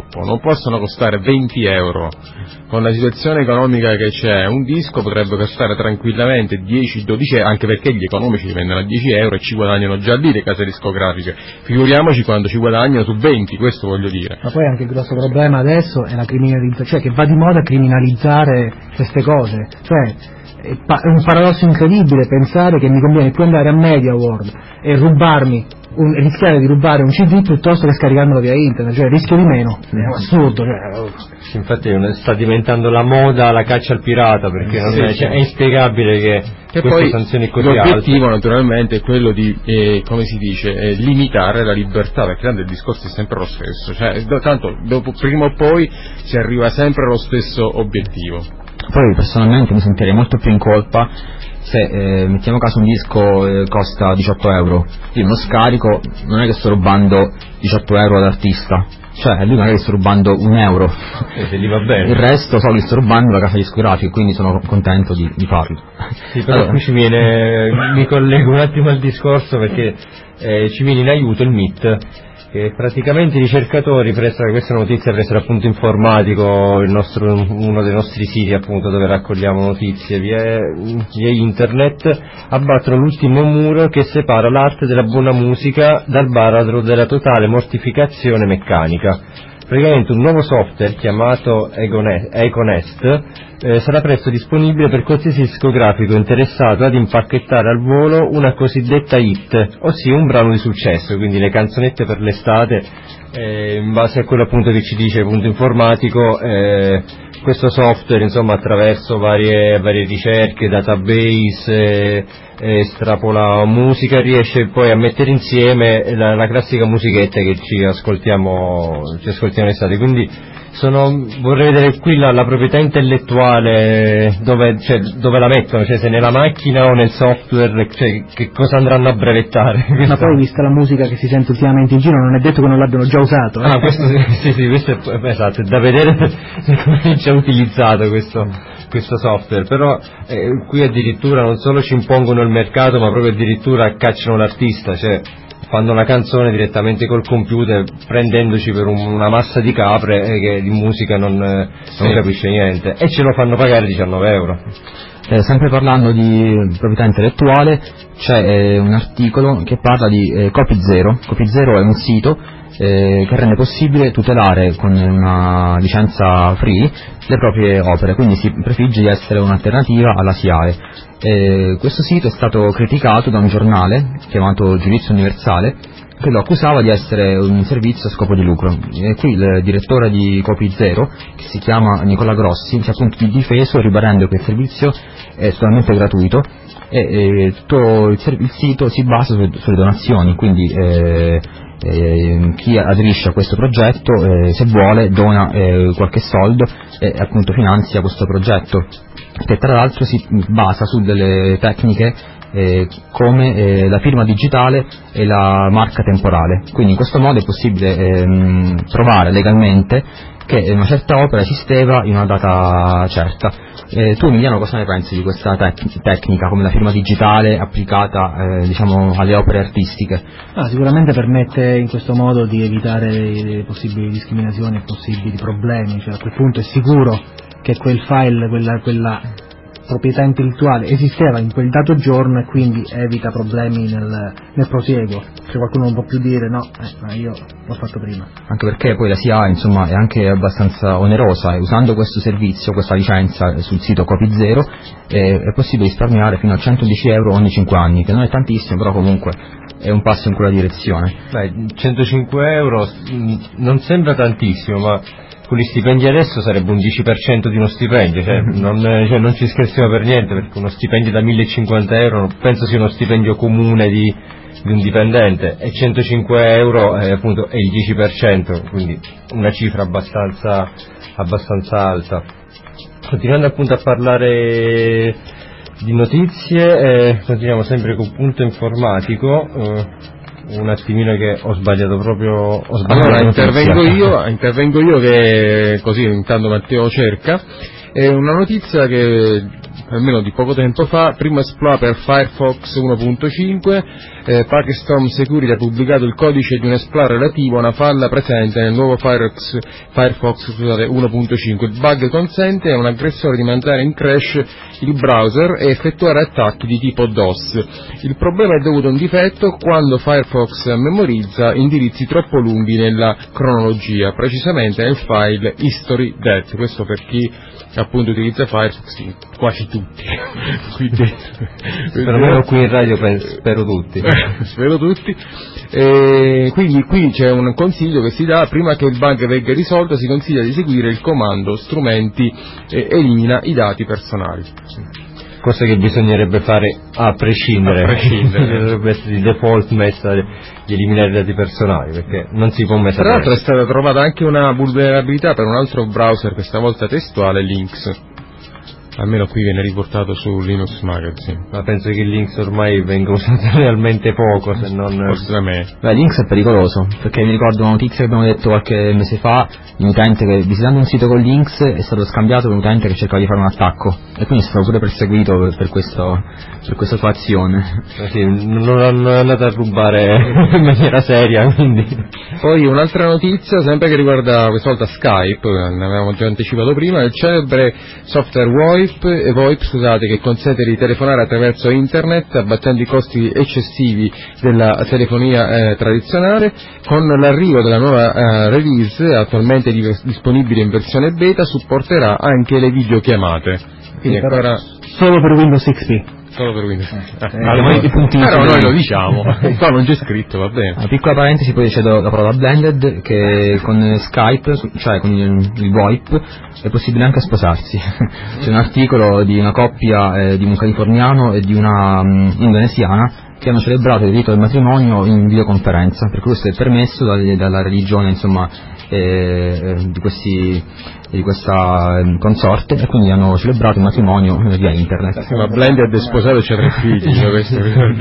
troppo, non possono costare venti euro. Con la situazione economica che c'è, un disco potrebbe costare tranquillamente dieci dodici euro, anche perché gli economici li vendono a dieci euro e ci guadagnano già lì le case discografiche, figuriamoci quando ci guadagnano su venti, questo voglio dire. Ma poi anche il grosso problema adesso è la criminalizzazione, cioè che va di moda criminalizzare queste cose, cioè è un paradosso incredibile pensare che mi conviene più andare a Media World e rubarmi Un, rischiare di rubare un C D piuttosto che scaricandolo via internet, cioè rischio di meno, è assurdo, cioè. Sì, infatti sta diventando la moda la caccia al pirata, perché non sì, è, sì. Cioè, è inspiegabile che, che queste poi sanzioni così l'obiettivo alte. naturalmente è quello di, eh, come si dice, eh, limitare la libertà, perché tanto il discorso è sempre lo stesso, cioè do, tanto dopo, prima o poi si arriva sempre allo stesso obiettivo. Poi personalmente mi sentirei molto più in colpa se eh, mettiamo caso un disco eh, costa diciotto euro, io me lo scarico, non è che sto rubando diciotto euro all'artista, cioè lui magari sto rubando un euro, e se gli va bene. Il resto so che sto rubando la casa discografica, quindi sono contento di, di farlo. Sì, però allora. qui ci viene, mi collego un attimo al discorso perché eh, ci viene in aiuto il M I T, che praticamente i ricercatori presso, questa notizia presso l'appunto informatico, il nostro, uno dei nostri siti appunto dove raccogliamo notizie via, via internet, abbattono l'ultimo muro che separa l'arte della buona musica dal baratro della totale mortificazione meccanica. Praticamente un nuovo software chiamato Econest eh, sarà presto disponibile per qualsiasi discografico interessato ad impacchettare al volo una cosiddetta hit, ossia un brano di successo, quindi le canzonette per l'estate, eh, in base a quello appunto che ci dice il punto informatico. Eh, questo software insomma attraverso varie, varie ricerche, database, eh, estrapola musica, riesce poi a mettere insieme la, la classica musichetta che ci ascoltiamo ci ascoltiamo in estate, quindi sono, vorrei vedere qui la, la proprietà intellettuale dove, cioè, dove la mettono, cioè se nella macchina o nel software, cioè che cosa andranno a brevettare. Ma poi vista la musica che si sente ultimamente in giro non è detto che non l'abbiano già usato, eh? Ah, questo sì, sì, sì, questo è esatto, è da vedere come ci ha utilizzato questo, questo software, però eh, qui addirittura non solo ci impongono il mercato ma proprio addirittura cacciano l'artista, cioè fanno la canzone direttamente col computer prendendoci per un, una massa di capre eh, che di musica non, eh, sì. non capisce niente e ce lo fanno pagare diciannove euro. Eh, sempre parlando di proprietà intellettuale c'è eh, un articolo che parla di eh, CopyZero. CopyZero è un sito eh, che rende possibile tutelare con una licenza free le proprie opere, quindi si prefigge di essere un'alternativa alla S I A E. Eh, questo sito è stato criticato da un giornale chiamato Giudizio Universale che lo accusava di essere un servizio a scopo di lucro, e qui il direttore di CopyZero, che si chiama Nicola Grossi, si è appunto difeso ribadendo che il servizio è totalmente gratuito e, e tutto il, il sito si basa su, sulle donazioni, quindi eh, eh, chi aderisce a questo progetto eh, se vuole dona eh, qualche soldo e appunto finanzia questo progetto, che tra l'altro si basa su delle tecniche eh, come eh, la firma digitale e la marca temporale, quindi in questo modo è possibile ehm, provare legalmente che una certa opera esisteva in una data certa. Eh, tu Emiliano cosa ne pensi di questa tec- tecnica come la firma digitale applicata eh, diciamo alle opere artistiche? Ah, sicuramente permette in questo modo di evitare le possibili discriminazioni e possibili problemi, cioè a quel punto è sicuro che quel file, quella, quella proprietà intellettuale esisteva in quel dato giorno e quindi evita problemi nel, nel prosieguo, se qualcuno non può più dire no, eh, ma io l'ho fatto prima. Anche perché poi la S I A insomma è anche abbastanza onerosa e usando questo servizio, questa licenza sul sito CopyZero eh, è possibile risparmiare fino a centodieci euro ogni cinque anni, che non è tantissimo però comunque è un passo in quella direzione. Beh, centocinque euro non sembra tantissimo, ma con gli stipendi adesso sarebbe un dieci per cento di uno stipendio, cioè non, cioè non ci scherziamo per niente, perché uno stipendio da millecinquanta euro penso sia uno stipendio comune di, di un dipendente, e centocinque euro eh, appunto è il dieci per cento, quindi una cifra abbastanza, abbastanza alta. Continuando appunto a parlare di notizie, eh, continuiamo sempre con punto informatico. Eh, un attimino che ho sbagliato proprio ho sbagliato allora intervengo io intervengo io che così intanto Matteo cerca è una notizia che almeno di poco tempo fa. Primo Explorer Firefox uno punto cinque, eh, Pakistan Security ha pubblicato il codice di un exploit relativo a una falla presente nel nuovo Firefox, Firefox scusate, uno punto cinque. Il bug consente a un aggressore di mandare in crash il browser e effettuare attacchi di tipo DOS. Il problema è dovuto a un difetto quando Firefox memorizza indirizzi troppo lunghi nella cronologia, precisamente nel file history.dat. Questo per chi appunto utilizza Firefox, quasi tutti qui dentro. Perlomeno qui in radio penso, spero tutti spero tutti e quindi qui c'è un consiglio che si dà: prima che il bug venga risolto si consiglia di eseguire il comando strumenti eh, elimina i dati personali, cosa che bisognerebbe fare a prescindere, a prescindere. Dovrebbe essere il default messa di eliminare i dati personali, perché non si può mettere. Tra l'altro è stata trovata anche una vulnerabilità per un altro browser, questa volta testuale, Lynx. Almeno qui viene riportato su Linux Magazine. Ma penso che Lynx ormai venga usato realmente poco, se non... Forse da me. Beh, Lynx è pericoloso, perché mi ricordo una notizia che abbiamo detto qualche mese fa di un utente che visitando un sito con Lynx è stato scambiato per un utente che cercava di fare un attacco, e quindi è stato pure perseguito per, per, questo, per questa sua azione. Ma sì, non è andato a rubare in maniera seria, quindi... Poi un'altra notizia, sempre che riguarda questa volta Skype, ne avevamo già anticipato prima, il celebre software VoIP E VoIP, scusate, che consente di telefonare attraverso internet abbattendo i costi eccessivi della telefonia eh, tradizionale. Con l'arrivo della nuova eh, release, attualmente di- disponibile in versione beta, supporterà anche le videochiamate. Quindi sì, ancora solo per Windows X P. Solo per Windows. Eh, eh, allora, i puntini però noi lo diciamo, qua non c'è scritto, va bene. Una piccola parentesi, poi c'è la parola blended, che con Skype, cioè con il, il VoIP, è possibile anche sposarsi. C'è un articolo di una coppia eh, di un californiano e di una um, indonesiana che hanno celebrato il rito del matrimonio in videoconferenza, perché questo è permesso dal, dalla religione, insomma, eh, di questi di questa eh, consorte, e quindi hanno celebrato il matrimonio eh, via internet. Sì, ma Blended è sposato e c'ha tre figli, questo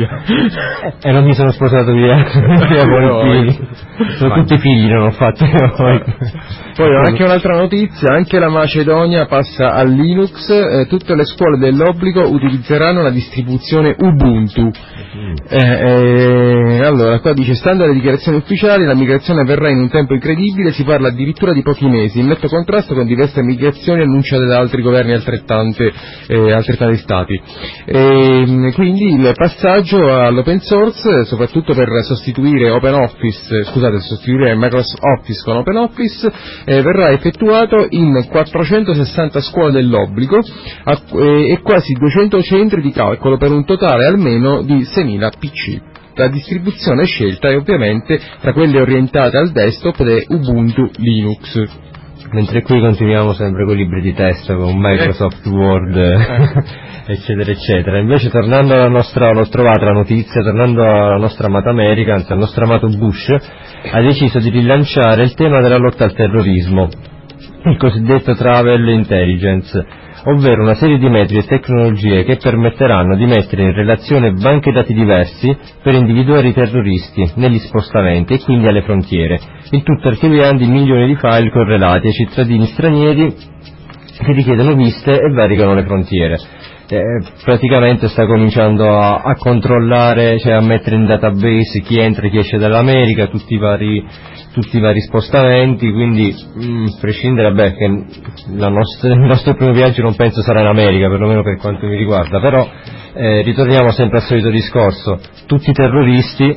e non mi sono sposato via, via con i figli. Sono Vai. tutti figli, non ho fatto poi. Poi anche un'altra notizia, anche la Macedonia passa a Linux, eh, tutte le scuole dell'obbligo utilizzeranno la distribuzione Ubuntu. Eh, eh, allora, qua dice standard e dichiarazioni ufficiali, la migrazione avverrà in un tempo incredibile, si parla addirittura di pochi mesi, in netto contrasto con diverse migrazioni annunciate da altri governi altrettante, eh, altrettanti stati. E, quindi il passaggio all'open source, soprattutto per sostituire OpenOffice, scusate, sostituire Microsoft Office con OpenOffice, eh, verrà effettuato in quattrocentosessanta scuole dell'obbligo a, eh, e quasi duecento centri di calcolo, per un totale almeno di seimila P C. La distribuzione scelta è ovviamente tra quelle orientate al desktop ed è Ubuntu Linux. Mentre qui continuiamo sempre con i libri di testo, con Microsoft Word, eccetera, eccetera. Invece, tornando alla nostra, l'ho trovata la notizia, tornando alla nostra amata America, anzi al nostro amato Bush, ha deciso di rilanciare il tema della lotta al terrorismo, il cosiddetto travel intelligence, ovvero una serie di metodi e tecnologie che permetteranno di mettere in relazione banche dati diversi per individuare i terroristi negli spostamenti e quindi alle frontiere, il tutto archiviando milioni di file correlati ai cittadini stranieri che richiedono viste e varicano le frontiere. Eh, praticamente sta cominciando a, a controllare, cioè a mettere in database chi entra e chi esce dall'America, tutti i vari tutti i vari spostamenti, quindi mh, a prescindere, vabbè, che la nostra, il nostro primo viaggio non penso sarà in America, perlomeno per quanto mi riguarda, però eh, ritorniamo sempre al solito discorso, tutti i terroristi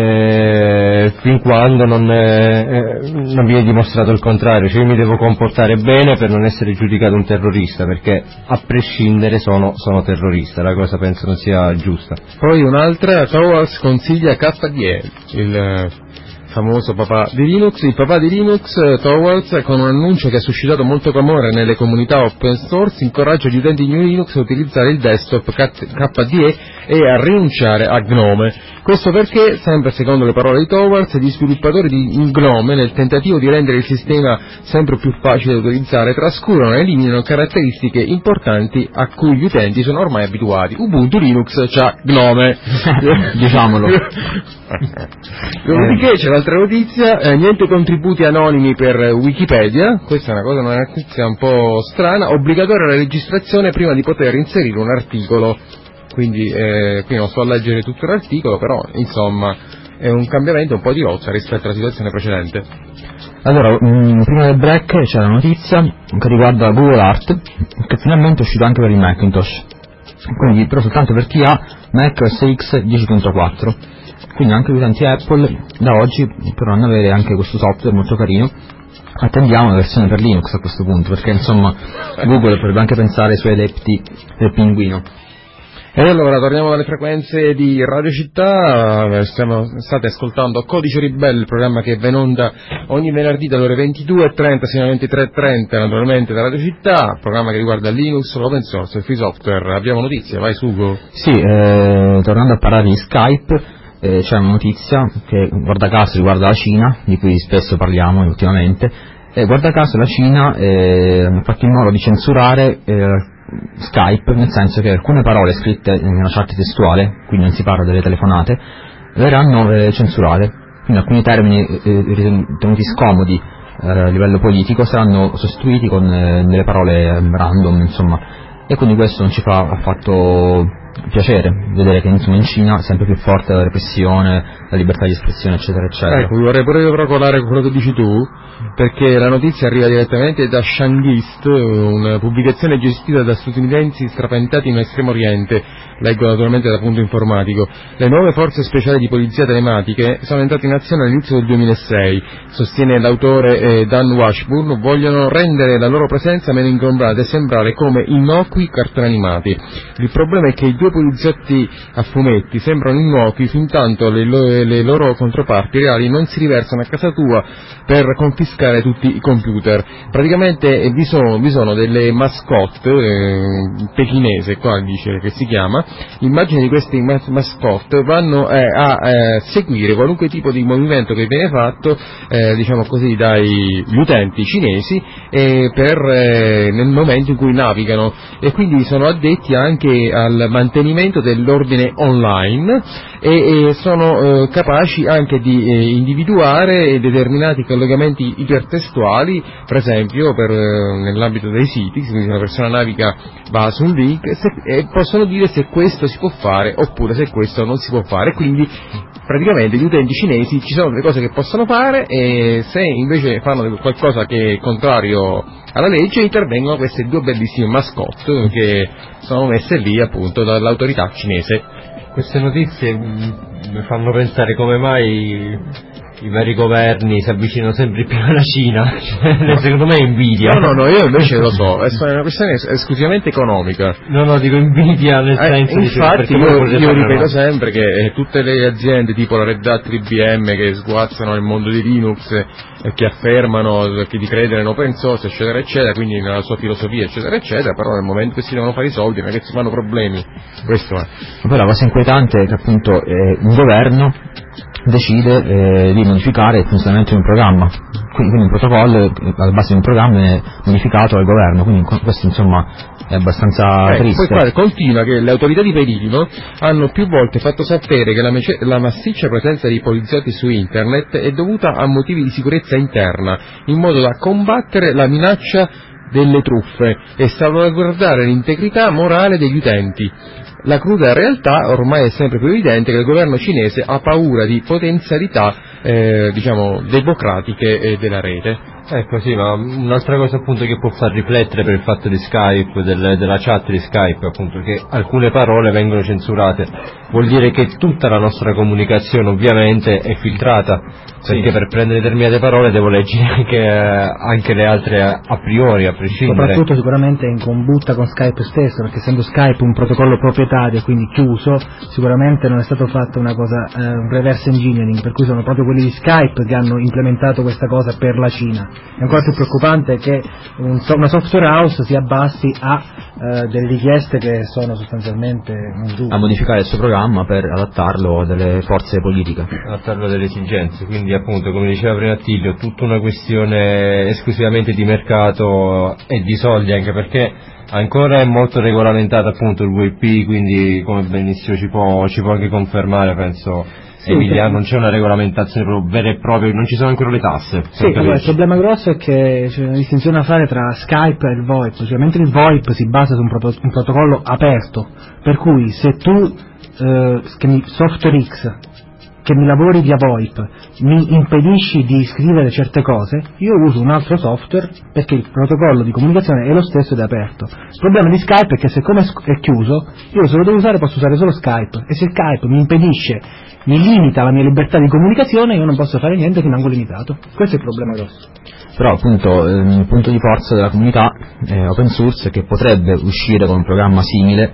eh, fin quando non, eh, non viene dimostrato il contrario, cioè io mi devo comportare bene per non essere giudicato un terrorista, perché a prescindere sono, sono terrorista, la cosa penso non sia giusta. Poi un'altra, Torvalds consiglia K D E, il famoso papà di Linux. Il papà di Linux, Torvalds, con un annuncio che ha suscitato molto clamore nelle comunità open source, incoraggia gli utenti di Linux a utilizzare il desktop K D E e a rinunciare a Gnome. Questo perché, sempre secondo le parole di Towards, gli sviluppatori di Gnome, nel tentativo di rendere il sistema sempre più facile da utilizzare, trascurano e eliminano caratteristiche importanti a cui gli utenti sono ormai abituati. Ubuntu Linux c'ha Gnome. Diciamolo. Dopodiché c'è l'altra notizia, eh, niente contributi anonimi per Wikipedia, questa è una cosa, una notizia un po' strana, obbligatoria la registrazione prima di poter inserire un articolo, quindi eh, qui non sto a leggere tutto l'articolo, però insomma è un cambiamento un po' di rozza rispetto alla situazione precedente. Allora, mh, prima del break c'è la notizia che riguarda Google Art, che finalmente è uscito anche per il Macintosh, quindi però soltanto per chi ha Mac O S X dieci punto quattro. Quindi anche gli utenti Apple da oggi potranno avere anche questo software molto carino. Attendiamo la versione per Linux a questo punto, perché insomma Google potrebbe anche pensare ai suoi adepti del pinguino. E allora torniamo dalle frequenze di Radio Città, stiamo, state ascoltando Codice Ribelle, il programma che va in onda ogni venerdì dalle ore ventidue e trenta sino alle ventitré e trenta, naturalmente da Radio Città, programma che riguarda Linux, l'open source e il free software. Abbiamo notizie, vai Sugo. Sì, eh, tornando a parlare di Skype, eh, c'è una notizia che guarda caso riguarda la Cina, di cui spesso parliamo ultimamente, e guarda caso la Cina eh, ha fatto in modo di censurare eh, Skype, nel senso che alcune parole scritte in una chat testuale, quindi non si parla delle telefonate, verranno eh, censurate, quindi alcuni termini eh, ritenuti scomodi eh, a livello politico saranno sostituiti con eh, delle parole random, insomma, e quindi questo non ci fa affatto piacere vedere che insomma in Cina è sempre più forte la repressione, la libertà di espressione, eccetera eccetera. Ecco, vorrei pure procolare quello che dici tu, perché la notizia arriva direttamente da Shangist, una pubblicazione gestita da statunitensi strapentati in Estremo Oriente, leggo naturalmente da punto informatico. Le nuove forze speciali di polizia telematiche sono entrate in azione all'inizio del duemilasei, sostiene l'autore eh, Dan Washburn, vogliono rendere la loro presenza meno ingombrata e sembrare come innocui cartoni animati. Il problema è che i due poliziotti a fumetti sembrano innocui fin tanto le, lo- le loro controparti reali non si riversano a casa tua per confiscare tutti i computer. Praticamente eh, vi, sono, vi sono delle mascotte eh, pechinese, qua dice che si chiama, immagini di questi mas- mascotte vanno eh, a eh, seguire qualunque tipo di movimento che viene fatto eh, diciamo così dagli utenti cinesi eh, per, eh, nel momento in cui navigano, e quindi sono addetti anche al mantenimento dell'ordine online e, e sono eh, capaci anche di eh, individuare determinati collegamenti ipertestuali, per esempio per, eh, nell'ambito dei siti, quindi una persona naviga va su un link se, e possono dire se questo si può fare oppure se questo non si può fare, quindi praticamente gli utenti cinesi ci sono delle cose che possono fare e se invece fanno qualcosa che è contrario alla legge intervengono queste due bellissime mascotte che sono messe lì appunto dall'autorità cinese. Queste notizie mi fanno pensare come mai i vari governi si avvicinano sempre più alla Cina, secondo me è invidia. No, no, no, io invece lo so, è una questione esclusivamente economica. No, no, dico invidia nel senso eh, di infatti io, io ripeto sempre che eh, tutte le aziende tipo la Red Hat I B M che sguazzano il mondo di Linux e eh, che affermano che di credere in open source eccetera eccetera, quindi nella sua filosofia eccetera eccetera, però nel momento che si devono fare i soldi non è che si fanno problemi, questo è. Ma poi la cosa inquietante è che appunto eh, un governo decide eh, di modificare il funzionamento di un programma, quindi, quindi un protocollo eh, alla base di un programma è modificato dal governo, quindi questo insomma è abbastanza eh, triste. Poi qua continua che le autorità di Pechino hanno più volte fatto sapere che la, mece- la massiccia presenza di poliziotti su internet è dovuta a motivi di sicurezza interna, in modo da combattere la minaccia delle truffe e salvaguardare l'integrità morale degli utenti. La cruda realtà ormai è sempre più evidente che il governo cinese ha paura di potenzialità eh, diciamo democratiche eh, della rete. Ecco sì, ma un'altra cosa appunto che può far riflettere per il fatto di Skype, del, della chat di Skype, appunto che alcune parole vengono censurate, vuol dire che tutta la nostra comunicazione ovviamente è filtrata, perché sì, per prendere determinate parole devo leggere anche, eh, anche le altre a, a priori, a prescindere. Soprattutto sicuramente in combutta con Skype stesso, perché essendo Skype un protocollo proprietario, quindi chiuso, sicuramente non è stato fatto una cosa, eh, un reverse engineering, per cui sono proprio quelli di Skype che hanno implementato questa cosa per la Cina. è ancora più preoccupante che un, una software house si abbassi a eh, delle richieste che sono sostanzialmente non giuste. A modificare il suo programma per adattarlo a delle forze politiche. Adattarlo a delle esigenze, quindi appunto come diceva prima Attilio, tutta una questione esclusivamente di mercato e di soldi, anche perché ancora è molto regolamentato appunto il W I P, quindi come benissimo ci può, ci può anche confermare, penso sì, Emiliano, non c'è una regolamentazione proprio vera e propria, non ci sono ancora le tasse. Sì, allora, il problema grosso è che c'è una distinzione da fare tra Skype e il VoIP, cioè mentre il VoIP si basa su un, pro- un protocollo aperto, per cui se tu, eh, software X, che mi lavori via VoIP, mi impedisci di scrivere certe cose, io uso un altro software perché il protocollo di comunicazione è lo stesso ed è aperto. Il problema di Skype è che siccome è chiuso, io se lo devo usare posso usare solo Skype, e se Skype mi impedisce, mi limita la mia libertà di comunicazione, io non posso fare niente, rimango limitato. Questo è il problema grosso. Però appunto il punto di forza della comunità eh, open source è che potrebbe uscire con un programma simile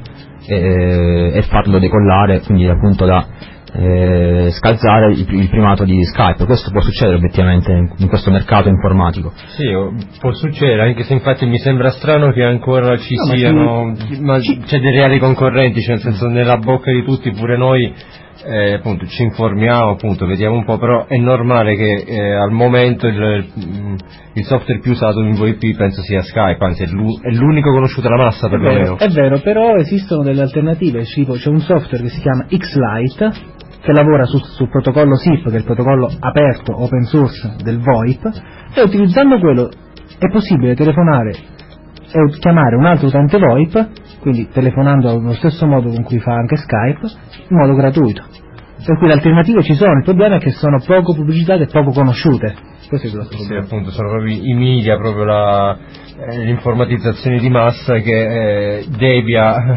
eh, e farlo decollare, quindi appunto da Eh, scalzare il, il primato di Skype. Questo può succedere obiettivamente in, in questo mercato informatico. Sì, può succedere, anche se infatti mi sembra strano che ancora ci no, siano ma, ci, ma ci, c'è dei reali concorrenti, cioè nel senso nella bocca di tutti, pure noi eh, appunto ci informiamo, appunto vediamo un po', però è normale che eh, al momento il, il software più usato in V I P penso sia Skype, anzi è, è l'unico conosciuto alla massa perlomeno. È vero, però esistono delle alternative, tipo c'è un software che si chiama X-Lite che lavora su, sul protocollo S I P, che è il protocollo aperto open source del VoIP, e utilizzando quello è possibile telefonare e chiamare un altro utente VoIP, quindi telefonando allo stesso modo con cui fa anche Skype, in modo gratuito. Per cui le alternative ci sono, il problema è che sono poco pubblicitate e poco conosciute. Questo è il grosso problema. Sì, appunto, sono proprio i media, proprio la, eh, l'informatizzazione di massa che eh, devia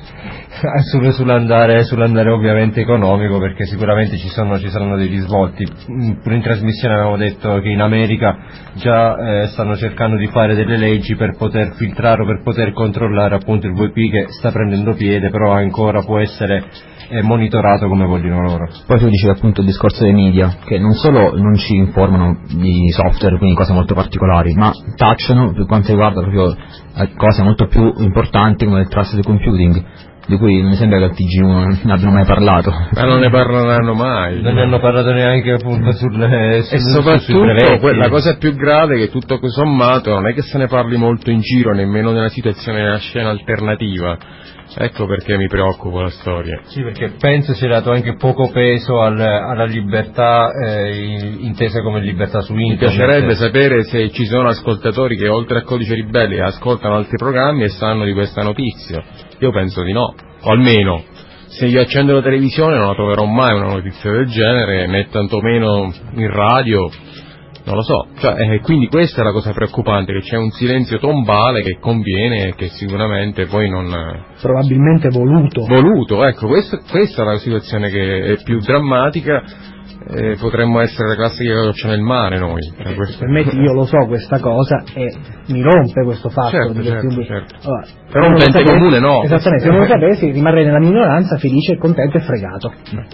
sull'andare, sull'andare ovviamente economico, perché sicuramente ci sono, ci saranno dei risvolti. Pure in trasmissione avevamo detto che in America già eh, stanno cercando di fare delle leggi per poter filtrare o per poter controllare appunto il V I P, che sta prendendo piede, però ancora può essere eh, monitorato come vogliono loro. Poi tu dicevi appunto il discorso dei media, che non solo non ci informano di software, quindi cose molto particolari, ma tacciano per quanto riguarda proprio cose molto più importanti come il trusted computing, di cui non mi sembra che al T G uno non abbiano mai parlato. Ma non ne parleranno mai. Non ne hanno parlato neanche appunto sulle, sulle, e soprattutto la cosa più grave è che tutto sommato non è che se ne parli molto in giro, nemmeno nella situazione della scena alternativa. Ecco perché mi preoccupa la storia. Sì, perché penso sia dato anche poco peso al, alla libertà eh, intesa come libertà su internet. Mi piacerebbe sapere se ci sono ascoltatori che oltre a Codice Ribelli ascoltano altri programmi e sanno di questa notizia. Io penso di no, o almeno se io accendo la televisione non la troverò mai una notizia del genere, né tantomeno in radio. Non lo so, cioè, eh, quindi questa è la cosa preoccupante, che c'è un silenzio tombale che conviene e che sicuramente poi non... Probabilmente voluto. Voluto, ecco, questa, questa è la situazione che è più drammatica, eh, potremmo essere la classica goccia nel mare noi. Eh, permetti, io lo so questa cosa e mi rompe questo fatto. Certo, di certo, questi... certo. Allora, però un utente comune no. Esattamente, se non lo sapessi rimarrei nella minoranza felice, contento e fregato.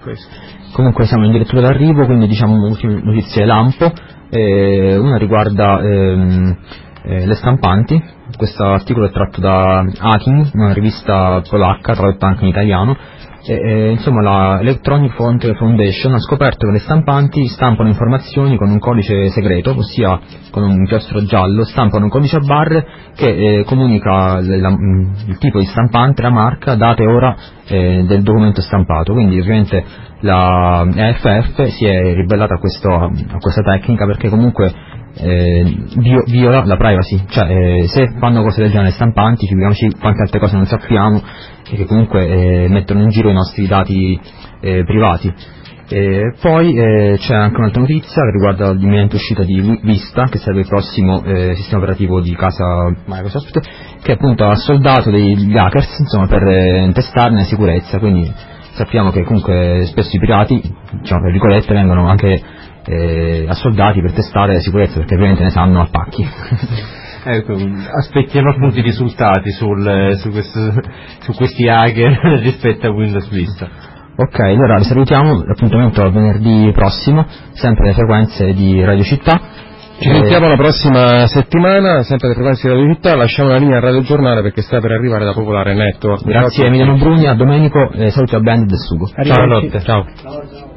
Comunque siamo addirittura d'arrivo, quindi diciamo ultime notizie lampo. Eh, una riguarda ehm, eh, le stampanti. Questo articolo è tratto da Hacking, una rivista polacca tradotta anche in italiano. E, e, insomma la Electronic Frontier Foundation ha scoperto che le stampanti stampano informazioni con un codice segreto, ossia con un inchiostro giallo stampano un codice a barre che eh, comunica la, la, il tipo di stampante, la marca, data e ora eh, del documento stampato. Quindi ovviamente la E F F si è ribellata a, questo, a questa tecnica, perché comunque eh, viola la privacy, cioè eh, se fanno cose del genere stampanti, figuriamoci quante altre cose non sappiamo e che comunque eh, mettono in giro i nostri dati eh, privati. E poi eh, c'è anche un'altra notizia che riguarda l'imminente uscita di Vista, che sarebbe il prossimo eh, sistema operativo di casa Microsoft, che appunto ha soldato degli hackers, insomma, per eh, testarne la sicurezza. Quindi sappiamo che comunque spesso i pirati, diciamo tra virgolette, vengono anche eh, assoldati per testare la sicurezza, perché ovviamente ne sanno a pacchi. Ecco, aspettiamo appunto i risultati sul, su, questo, su questi hacker rispetto a Windows Vista. Ok, allora vi salutiamo, l'appuntamento è venerdì prossimo, sempre alle frequenze di Radio Città, Ci sentiamo la prossima settimana, sempre alle frequenze di Radio Città. Lasciamo la linea al Radio Giornale perché sta per arrivare la Popolare Network. Grazie Emiliano Brugna, a Domenico, eh, saluti a Band del Sugo. Ciao, notte, ciao.